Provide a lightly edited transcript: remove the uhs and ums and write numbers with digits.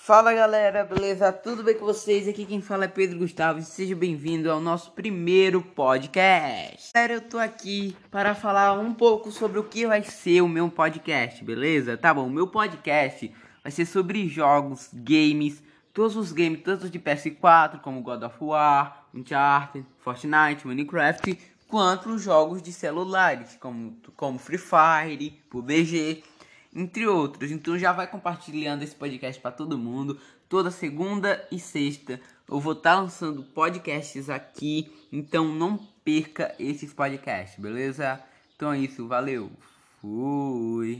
Fala galera, beleza? Tudo bem com vocês? Aqui quem fala é Pedro Gustavo e seja bem-vindo ao nosso primeiro podcast. Galera, eu tô aqui para falar um pouco sobre o que vai ser o meu podcast, beleza? Tá bom, o meu podcast vai ser sobre jogos, games, todos os games, tanto de PS4 como God of War, Uncharted, Fortnite, Minecraft, quanto os jogos de celulares como Free Fire, PUBG, entre outros. Então já vai compartilhando esse podcast para todo mundo. Toda segunda e sexta eu vou estar lançando podcasts aqui, então não perca esses podcasts, beleza? Então é isso, valeu. Fui.